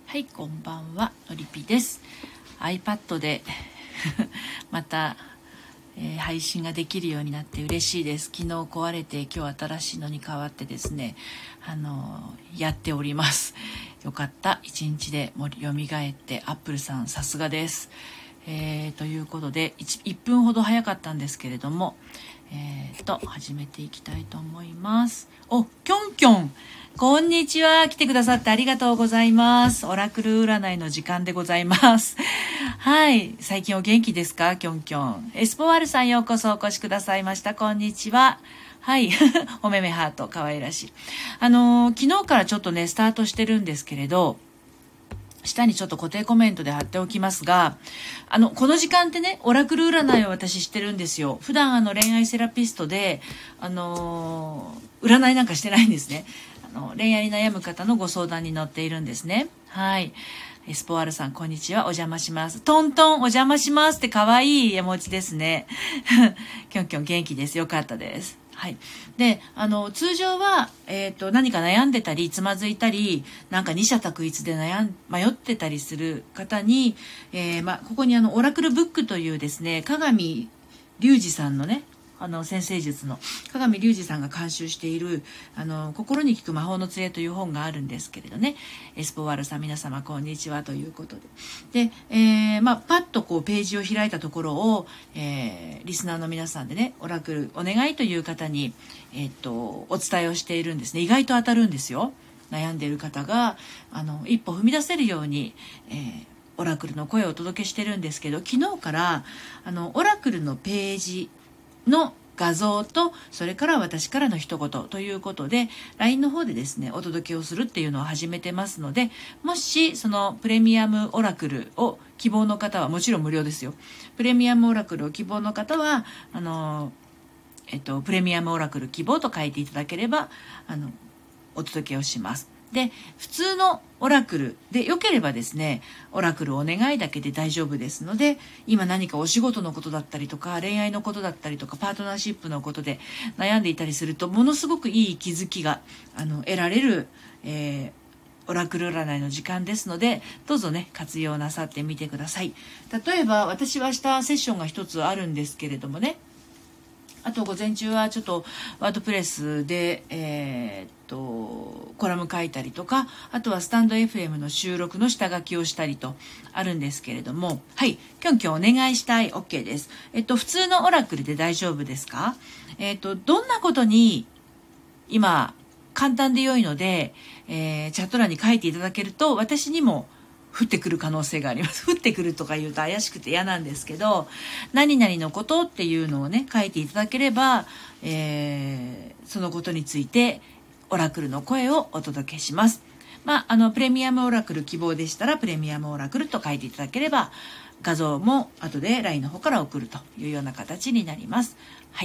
はい、こんばんは、のりぴです。iPad でまた、配信ができるようになって嬉しいです。昨日壊れて今日新しいのに変わってですね、やっております。よかった。一日で蘇ってアップルさんさすがです。ということで 1分ほど早かったんですけれども、始めていきたいと思います。お、きょんきょん。こんにちは。来てくださってありがとうございます。オラクル占いの時間でございます。はい。最近お元気ですか？きょんきょん。エスポワールさんようこそお越しくださいました。こんにちは。はい。おめめハート。かわいらしい。昨日からちょっとね、スタートしてるんですけれど、下にちょっと固定コメントで貼っておきますが、この時間ってね、オラクル占いを私してるんですよ。普段恋愛セラピストで、占いなんかしてないんですね。恋愛に悩む方のご相談に乗っているんですね。はい。エスポワールさん、こんにちは。お邪魔します。トントン、お邪魔しますって可愛い絵文字ですね。きょんきょん元気です。よかったです。はい。で、通常は、何か悩んでたり、つまずいたり、なんか二者択一で迷ってたりする方に、ここにオラクルブックというですね、鏡隆二さんのね、先生術の鏡隆二さんが監修している心に効く魔法の杖という本があるんですけれどね、エスポワールさん皆様こんにちはということで、パッとこうページを開いたところを、リスナーの皆さんでね、オラクルお願いという方に、お伝えをしているんですね。意外と当たるんですよ。悩んでいる方が一歩踏み出せるように、オラクルの声をお届けしてるんですけど、昨日からオラクルのページの画像と、それから私からの一言ということで LINE の方でですねお届けをするっていうのを始めてますので、もしそのプレミアムオラクルを希望の方は、もちろん無料ですよ。プレミアムオラクルを希望の方はプレミアムオラクル希望と書いていただければお届けをします。で、普通のオラクルでよければですね、オラクルお願いだけで大丈夫ですので、今何かお仕事のことだったりとか、恋愛のことだったりとか、パートナーシップのことで悩んでいたりすると、ものすごくいい気づきが得られる、オラクル占いの時間ですので、どうぞね、活用なさってみてください。例えば、私は明日セッションが一つあるんですけれどもね、あと午前中はちょっとワードプレスで、コラム書いたりとか、あとはスタンド FM の収録の下書きをしたりとあるんですけれども、はい、きょんきょんお願いしたい OK です。普通のオラクルで大丈夫ですか？どんなことに今簡単で良いので、チャット欄に書いていただけると私にも降ってくる可能性があります。降ってくるとか言うと怪しくて嫌なんですけど、何々のことっていうのをね書いていただければ、そのことについてオラクルの声をお届けします。プレミアムオラクル希望でしたらプレミアムオラクルと書いていただければ、画像も後で LINE の方から送るというような形になります。はい。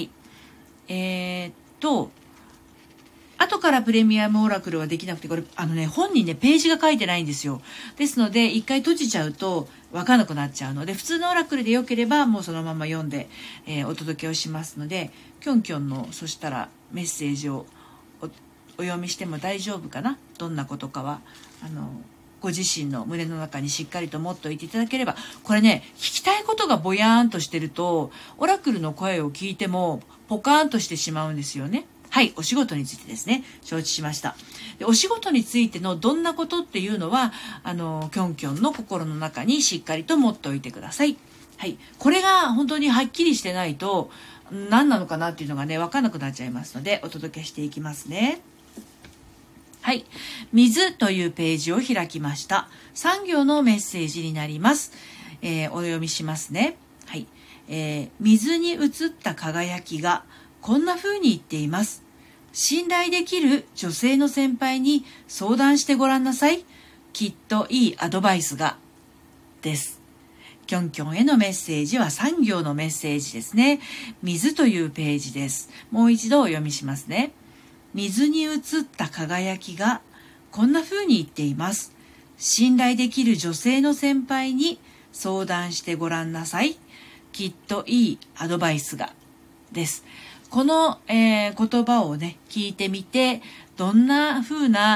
後からプレミアムオラクルはできなくて、これ本にねページが書いてないんですよ。ですので一回閉じちゃうと分からなくなっちゃうので、普通のオラクルでよければもうそのまま読んで、お届けをしますので、きょんきょんのそしたらメッセージをお読みしても大丈夫かな。どんなことかはご自身の胸の中にしっかりと持っておいていただければ。これね、聞きたいことがぼやーんとしてるとオラクルの声を聞いてもポカーンとしてしまうんですよね。はい、お仕事についてですね、承知しました。で、お仕事についてのどんなことっていうのはきょんきょんの心の中にしっかりと持っておいてください。はい、これが本当にはっきりしてないと何なのかなっていうのがね分からなくなっちゃいますので、お届けしていきますね。はい、水というページを開きました。3行のメッセージになります。お読みしますね。はい、水に映った輝きがこんな風に言っています。信頼できる女性の先輩に相談してごらんなさい。きっといいアドバイスが。です。きょんきょんへのメッセージは3行のメッセージですね。水というページです。もう一度お読みしますね。水に映った輝きがこんな風に言っています。信頼できる女性の先輩に相談してごらんなさい。きっといいアドバイスが。です。この、言葉をね聞いてみて、どんな風な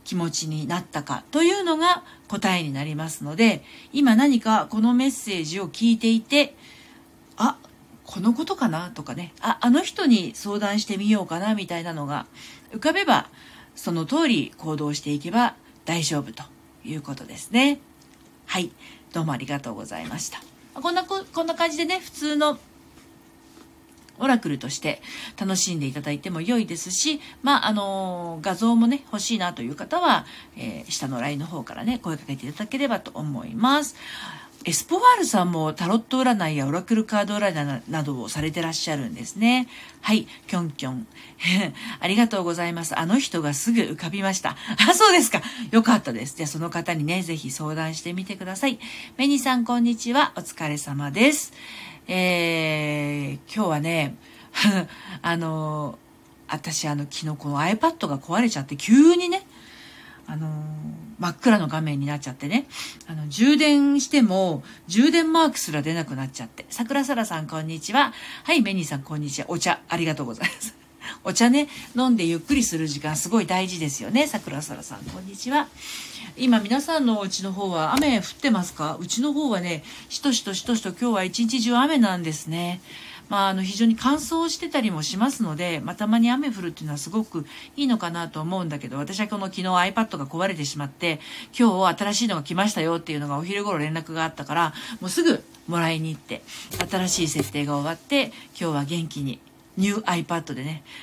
気持ちになったかというのが答えになりますので、今何かこのメッセージを聞いていて、あ、このことかなとかね、あの人に相談してみようかなみたいなのが浮かべば、その通り行動していけば大丈夫ということですね。はい、どうもありがとうございました。こんな感じでね、普通のオラクルとして楽しんでいただいても良いですし、画像もね欲しいなという方は、下の LINE の方からね声かけていただければと思います。エスポワールさんもタロット占いやオラクルカード占いなどをされてらっしゃるんですね。はい、キョンキョンありがとうございます。あの人がすぐ浮かびました。あ、そうですか。よかったです。じゃあその方にねぜひ相談してみてください。メニさんこんにちは、お疲れ様です。今日はね私昨日この iPad が壊れちゃって急にね真っ暗の画面になっちゃってね、充電しても充電マークすら出なくなっちゃって。桜空さんこんにちは。はい、メニーさんこんにちは。お茶ありがとうございますお茶ね飲んでゆっくりする時間すごい大事ですよね。桜空さんこんにちは。今皆さんのお家の方は雨降ってますか？うちの方はねしとしと今日は一日中雨なんですね。非常に乾燥してたりもしますので、たまに雨降るっていうのはすごくいいのかなと思うんだけど、私は昨日 iPad が壊れてしまって、今日新しいのが来ましたよっていうのがお昼頃連絡があったから、もうすぐもらいに行って、新しい設定が終わって、今日は元気にニュー iPad でね、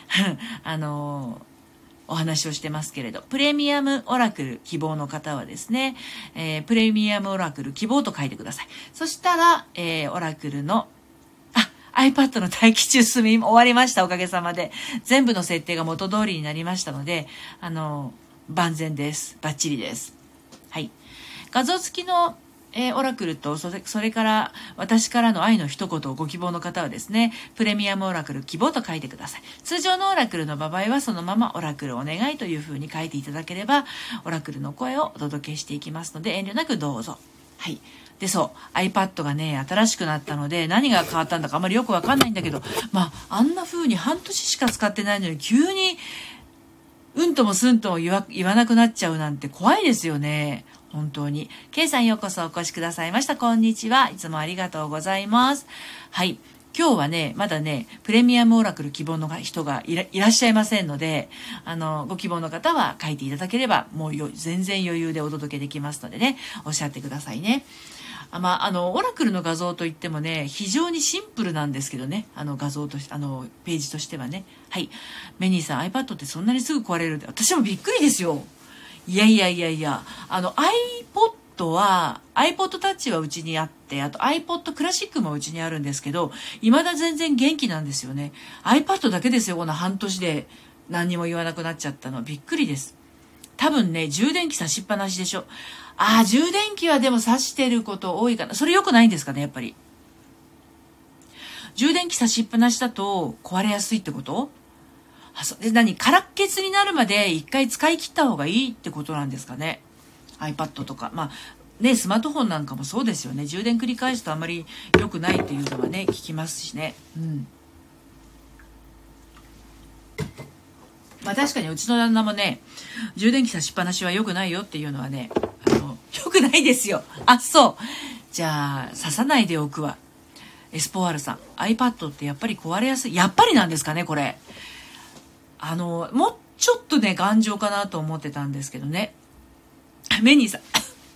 お話をしてますけれど、プレミアムオラクル希望の方はですね、プレミアムオラクル希望と書いてください。そしたら、オラクルのiPad の待機中終わりました。おかげさまで。全部の設定が元通りになりましたので、万全です。バッチリです。はい。画像付きの、オラクルと、それから私からの愛の一言をご希望の方はですね、プレミアムオラクル希望と書いてください。通常のオラクルの場合はそのままオラクルお願いというふうに書いていただければ、オラクルの声をお届けしていきますので、遠慮なくどうぞ。はい。で、そう、iPad がね、新しくなったので、何が変わったんだかあんまりよくわかんないんだけど、あんな風に半年しか使ってないのに、急に、うんともすんとも言わなくなっちゃうなんて怖いですよね。本当に。K さんようこそお越しくださいました。こんにちは。いつもありがとうございます。はい。今日はね、まだね、プレミアムオラクル希望の人がいらっしゃいませんので、ご希望の方は書いていただければ、もう全然余裕でお届けできますのでね、おっしゃってくださいね。オラクルの画像といってもね、非常にシンプルなんですけどね、画像として、ページとしてはね。はい。メニーさん、iPad ってそんなにすぐ壊れるって、私もびっくりですよ。いや、iPod は、iPod Touch はうちにあって、あと iPod クラシックもうちにあるんですけど、未だ全然元気なんですよね。iPad だけですよ、この半年で何にも言わなくなっちゃったの。びっくりです。多分ね、充電器差しっぱなしでしょ。充電器はでも差してること多いかな。それ良くないんですかね、やっぱり。充電器差しっぱなしだと壊れやすいってこと？空っけつになるまで一回使い切った方がいいってことなんですかね。iPad とか。スマートフォンなんかもそうですよね。充電繰り返すとあまり良くないっていうのはね、聞きますしね。うん。確かにうちの旦那もね、充電器差しっぱなしは良くないよっていうのはね、良くないですよ。そう。じゃあ、刺さないでおくわ。エスポワールさん、iPad ってやっぱり壊れやすい。やっぱりなんですかね、これ。もうちょっとね、頑丈かなと思ってたんですけどね。メニーさん。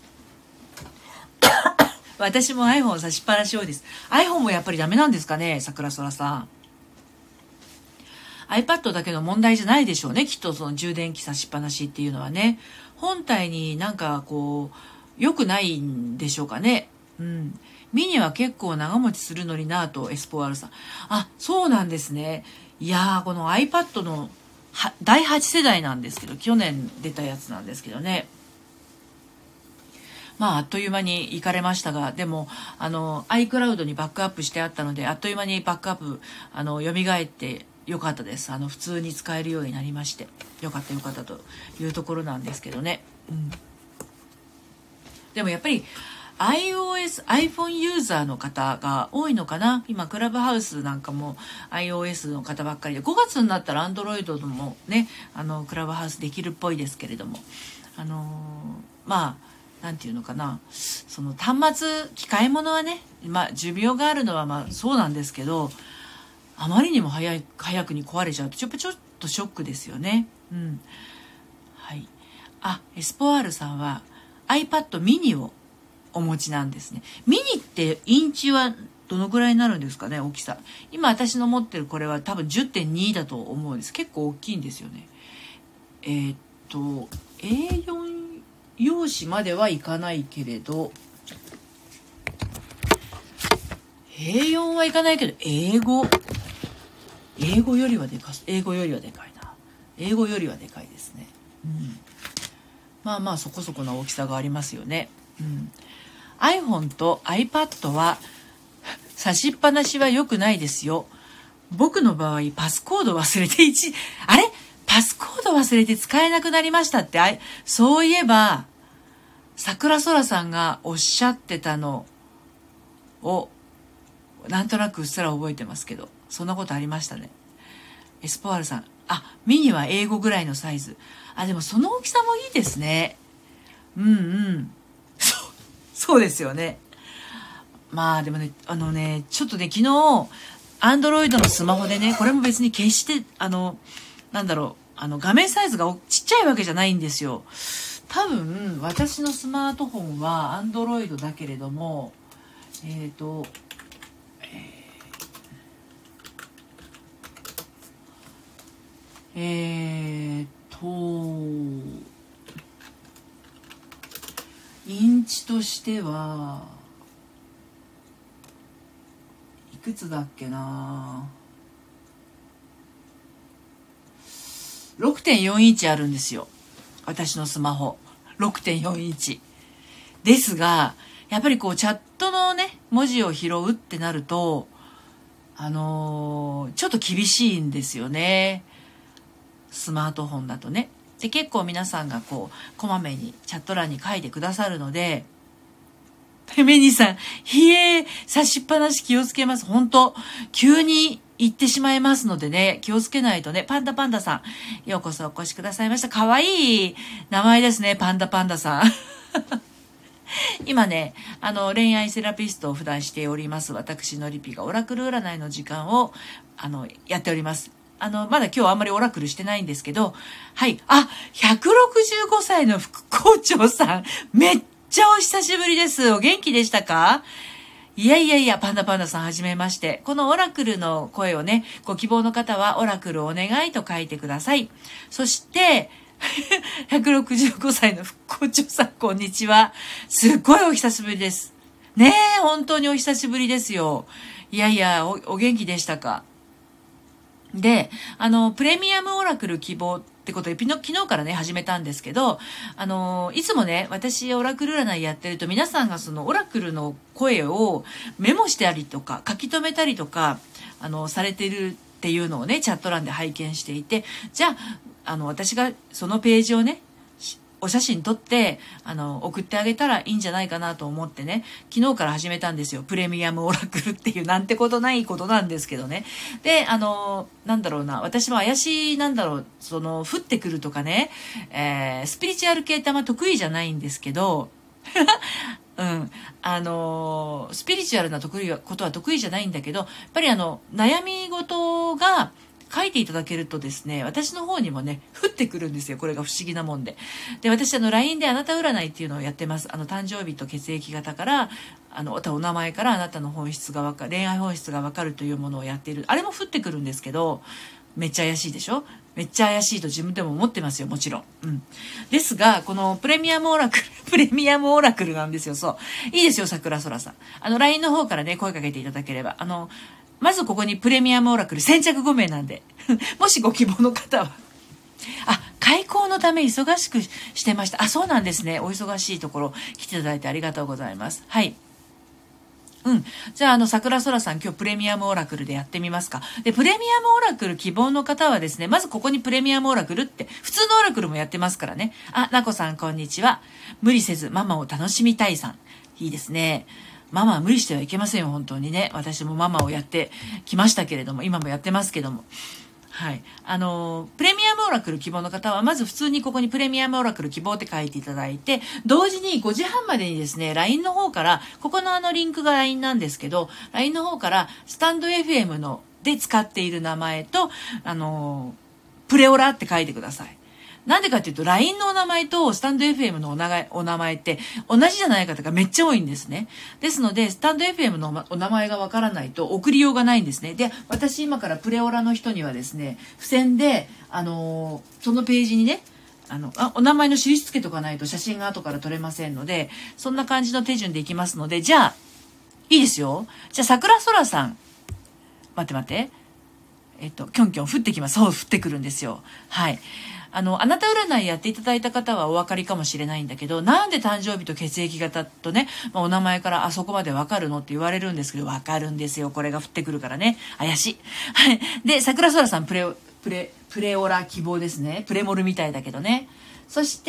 私も iPhone 差しっぱなし多いです。iPhone もやっぱりダメなんですかね、桜空さん。iPad だけの問題じゃないでしょうね。きっとその充電器差しっぱなしっていうのはね。本体になんかこう、良くないんでしょうかね。うん。ミニは結構長持ちするのになぁと、エスポワールさん。そうなんですね。いやー、この iPad の第8世代なんですけど、去年出たやつなんですけどね。あっという間に行かれましたが、でも、iCloud にバックアップしてあったので、あっという間にバックアップ、蘇ってよかったです。普通に使えるようになりまして、よかったというところなんですけどね。うん。でもやっぱり、 iPhone ユーザーの方が多いのかな。今、クラブハウスなんかも iOS の方ばっかりで、5月になったら Android もね、クラブハウスできるっぽいですけれども、まあ、なんていうのかな。その端末、機械物はね、まあ、寿命があるのはまあ、そうなんですけど、あまりにも早くに壊れちゃうと、ちょっとショックですよね。うん。はい。エスポアールさんは iPad mini をお持ちなんですね。ミニってインチはどのぐらいになるんですかね、大きさ。今私の持ってるこれは多分 10.2 だと思うんです。結構大きいんですよね。A4 用紙まではいかないけれど、A4 はいかないけど、英語よりはでかいな。英語よりはでかいですね。うん。まあまあそこそこな大きさがありますよね。うん。iPhone と iPad は差しっぱなしは良くないですよ。僕の場合パスコード忘れてパスコード忘れて使えなくなりましたって、そういえば桜空さんがおっしゃってたのをなんとなくうっすら覚えてますけど、そんなことありましたね。エスポワールさん、ミニは英語ぐらいのサイズ。でもその大きさもいいですね。うんうん。そうですよね。まあでもね、ちょっとね、昨日、アンドロイドのスマホでね、これも別に決して、画面サイズがちっちゃいわけじゃないんですよ。多分、私のスマートフォンはアンドロイドだけれども、インチとしてはいくつだっけな、 6.4 インチあるんですよ、私のスマホ。 6.4 インチですが、やっぱりこうチャットのね文字を拾うってなるとちょっと厳しいんですよね、スマートフォンだとね。で、結構皆さんがこうこまめにチャット欄に書いてくださるので、メニーさん、差しっぱなし気をつけます。本当急に行ってしまいますのでね、気をつけないとね。パンダさん、ようこそお越しくださいました。かわいい名前ですね、パンダさん。今ね、恋愛セラピストを普段しております。私のリピがオラクル占いの時間を、やっております。まだ今日あんまりオラクルしてないんですけど、はい。165歳の副校長さん、めっちゃお久しぶりです。お元気でしたか？いや、パンダさんはじめまして。このオラクルの声をね、ご希望の方はオラクルお願いと書いてください。そして、165歳の副校長さん、こんにちは。すっごいお久しぶりです。ねえ、本当にお久しぶりですよ。いや、お元気でしたか？で、プレミアムオラクル希望ってことで、昨日からね、始めたんですけど、いつもね、私オラクル占いやってると、皆さんがそのオラクルの声をメモしてありとか、書き留めたりとか、されてるっていうのをね、チャット欄で拝見していて、じゃあ、私がそのページをね、お写真撮って、送ってあげたらいいんじゃないかなと思ってね、昨日から始めたんですよ。プレミアムオラクルっていう、なんてことないことなんですけどね。で、私も怪しい、降ってくるとかね、スピリチュアル系ってあんま得意じゃないんですけど、うん。スピリチュアルなことは得意じゃないんだけど、やっぱり悩み事が、書いていただけるとですね、私の方にもね、降ってくるんですよ。これが不思議なもんで。で、私LINE であなた占いっていうのをやってます。誕生日と血液型から、お名前からあなたの本質が恋愛本質がわかるというものをやっている。あれも降ってくるんですけど、めっちゃ怪しいでしょ？めっちゃ怪しいと自分でも思ってますよ、もちろん。うん。ですが、このプレミアムオラクルなんですよ、そう。いいですよ、桜空さん。LINE の方からね、声かけていただければ。まずここにプレミアムオラクル先着5名なんで、もしご希望の方は。開校のため忙しくしてました。そうなんですね。お忙しいところ来ていただいてありがとうございます。はい。うん。じゃあ、桜空さん、今日プレミアムオラクルでやってみますか。で、プレミアムオラクル希望の方はですね、まずここにプレミアムオラクルって、普通のオラクルもやってますからね。なこさん、こんにちは。無理せずママを楽しみたいさん。 いいですね。ママは無理してはいけませんよ、本当にね。私もママをやってきましたけれども、今もやってますけども。はい。プレミアムオラクル希望の方は、まず普通にここにプレミアムオラクル希望って書いていただいて、同時に5時半までにですね、LINE の方から、ここのリンクが LINE なんですけど、LINE の方から、スタンド FM で使っている名前と、プレオラって書いてください。なんでかっていうと、LINE のお名前とスタンド FM のお名前って同じじゃない方がめっちゃ多いんですね。ですので、スタンド FM のお名前がわからないと送りようがないんですね。で、私今からプレオラの人にはですね、付箋で、そのページにね、お名前の印つけとかないと写真が後から撮れませんので、そんな感じの手順でいきますので、じゃあ、いいですよ。じゃあ、桜空さん。待って。キョンキョン降ってきます。そう、降ってくるんですよ。はい。あなた占いやっていただいた方はお分かりかもしれないんだけど、なんで誕生日と血液型とね、お名前からあそこまで分かるのって言われるんですけど、分かるんですよ。これが降ってくるからね。怪しい。はい。で、桜空さんプレオラ希望ですね。プレモルみたいだけどね。そして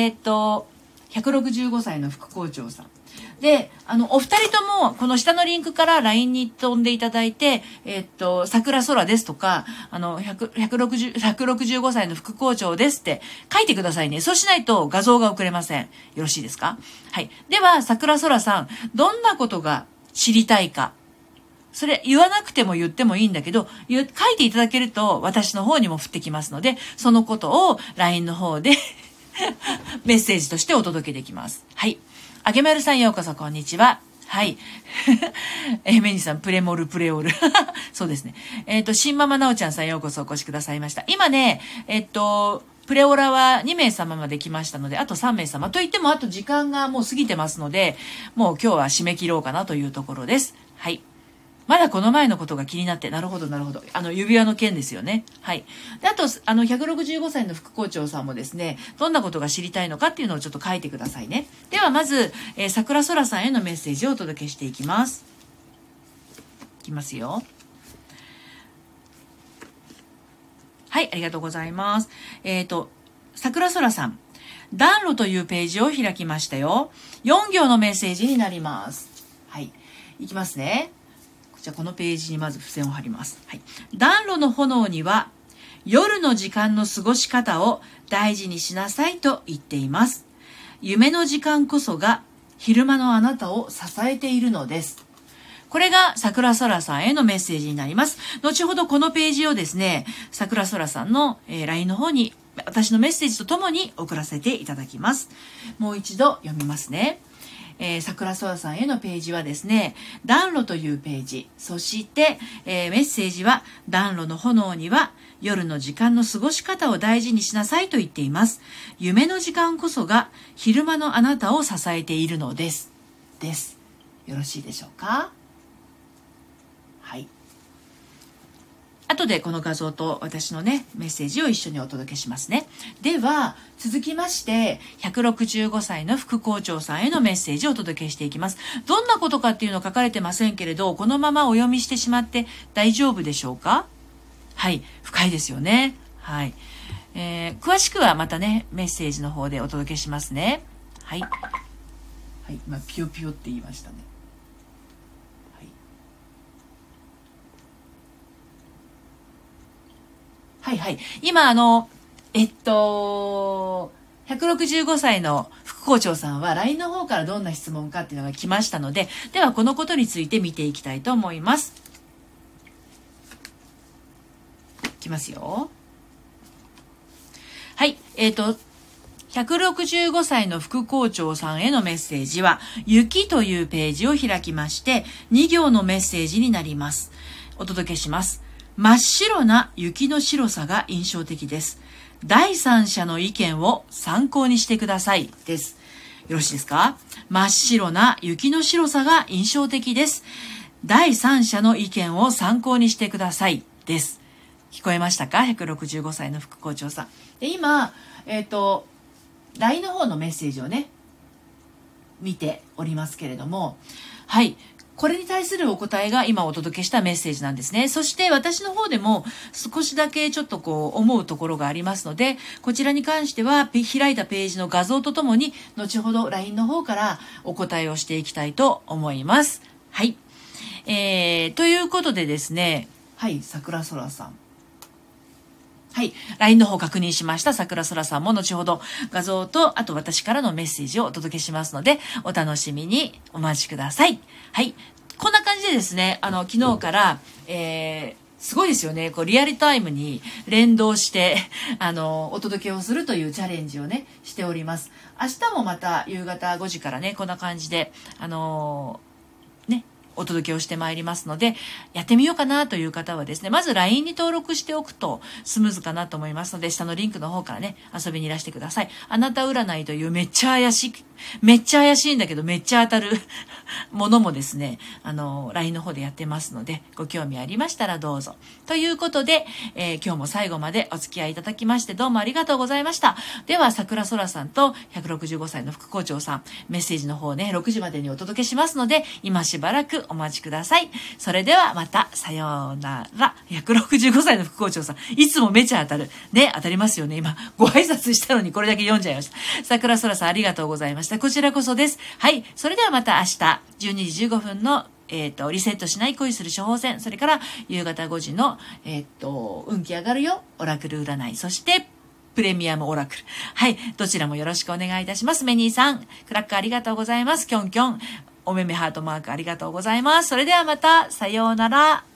、165歳の副校長さん。で、お二人とも、この下のリンクから LINE に飛んでいただいて、桜空ですとか、165歳の副校長ですって書いてくださいね。そうしないと画像が送れません。よろしいですか？はい。では、桜空さん、どんなことが知りたいか。それ言わなくても言ってもいいんだけど、書いていただけると私の方にも降ってきますので、そのことを LINE の方でメッセージとしてお届けできます。はい。あげまるさんようこそ、こんにちは。はい。メニさん、プレモル、プレオル。そうですね。新ママなおちゃんさんようこそお越しくださいました。今ね、プレオラは2名様まで来ましたので、あと3名様。と言っても、あと時間がもう過ぎてますので、もう今日は締め切ろうかなというところです。はい。まだこの前のことが気になって、なるほど。指輪の件ですよね。はい。で、あと、165歳の副校長さんもですね、どんなことが知りたいのかっていうのをちょっと書いてくださいね。では、まず、桜空さんへのメッセージをお届けしていきます。いきますよ。はい、ありがとうございます。桜空さん、暖炉というページを開きましたよ。4行のメッセージになります。はい。いきますね。じゃあこのページにまず付箋を貼ります。はい。暖炉の炎には夜の時間の過ごし方を大事にしなさいと言っています。夢の時間こそが昼間のあなたを支えているのです。これが桜空さんへのメッセージになります。後ほどこのページをですね、桜空さんの LINE の方に私のメッセージとともに送らせていただきます。もう一度読みますね。桜空さんへのページはですね、暖炉というページ。そして、メッセージは、暖炉の炎には夜の時間の過ごし方を大事にしなさいと言っています。夢の時間こそが昼間のあなたを支えているのです。です。よろしいでしょうか？はい。後でこの画像と私のね、メッセージを一緒にお届けしますね。では、続きまして、165歳の副校長さんへのメッセージをお届けしていきます。どんなことかっていうの書かれてませんけれど、このままお読みしてしまって大丈夫でしょうか？はい。深いですよね。はい。詳しくはまたね、メッセージの方でお届けしますね。はい。はい。今、ピヨピヨって言いましたね。はいはい。今165歳の副校長さんは LINE の方からどんな質問かっていうのが来ましたので、ではこのことについて見ていきたいと思います。いきますよ。はい。165歳の副校長さんへのメッセージは、雪というページを開きまして、2行のメッセージになります。お届けします。真っ白な雪の白さが印象的です。第三者の意見を参考にしてください。です。よろしいですか？真っ白な雪の白さが印象的です。第三者の意見を参考にしてください。です。聞こえましたか？ 165 歳の副校長さん。で、今、LINE の方のメッセージをね、見ておりますけれども、はい。 これに対するお答えが今お届けしたメッセージなんですね。そして私の方でも少しだけちょっと思うところがありますので、こちらに関しては開いたページの画像とともに後ほど LINE の方からお答えをしていきたいと思います。はい。ということでですね、はい、桜空さん。はい。LINE の方確認しました。桜空さんも後ほど画像と、あと私からのメッセージをお届けしますので、お楽しみにお待ちください。はい。こんな感じでですね、昨日から、すごいですよね。リアルタイムに連動して、お届けをするというチャレンジをね、しております。明日もまた夕方5時からね、こんな感じで、お届けをしてまいりますので、やってみようかなという方はですね、まず LINE に登録しておくとスムーズかなと思いますので、下のリンクの方からね、遊びにいらしてください。あなた占いというめっちゃ怪しいんだけどめっちゃ当たるものもですね、LINE の方でやってますので、ご興味ありましたらどうぞ。ということで、今日も最後までお付き合いいただきましてどうもありがとうございました。では、桜空さんと165歳の副校長さん、メッセージの方ね、6時までにお届けしますので、今しばらくお待ちください。それではまた、さようなら。165歳の副校長さん、いつもめちゃ当たる。ね、当たりますよね。今、ご挨拶したのにこれだけ読んじゃいました。桜空さんありがとうございました。こちらこそです。はい。それではまた明日、12時15分のリセットしない恋する処方箋、それから夕方5時の、運気上がるよ、オラクル占い、そして、プレミアムオラクル。はい。どちらもよろしくお願いいたします。メニーさん、クラッカーありがとうございます。キョンキョン、おめめハートマークありがとうございます。それではまた、さようなら。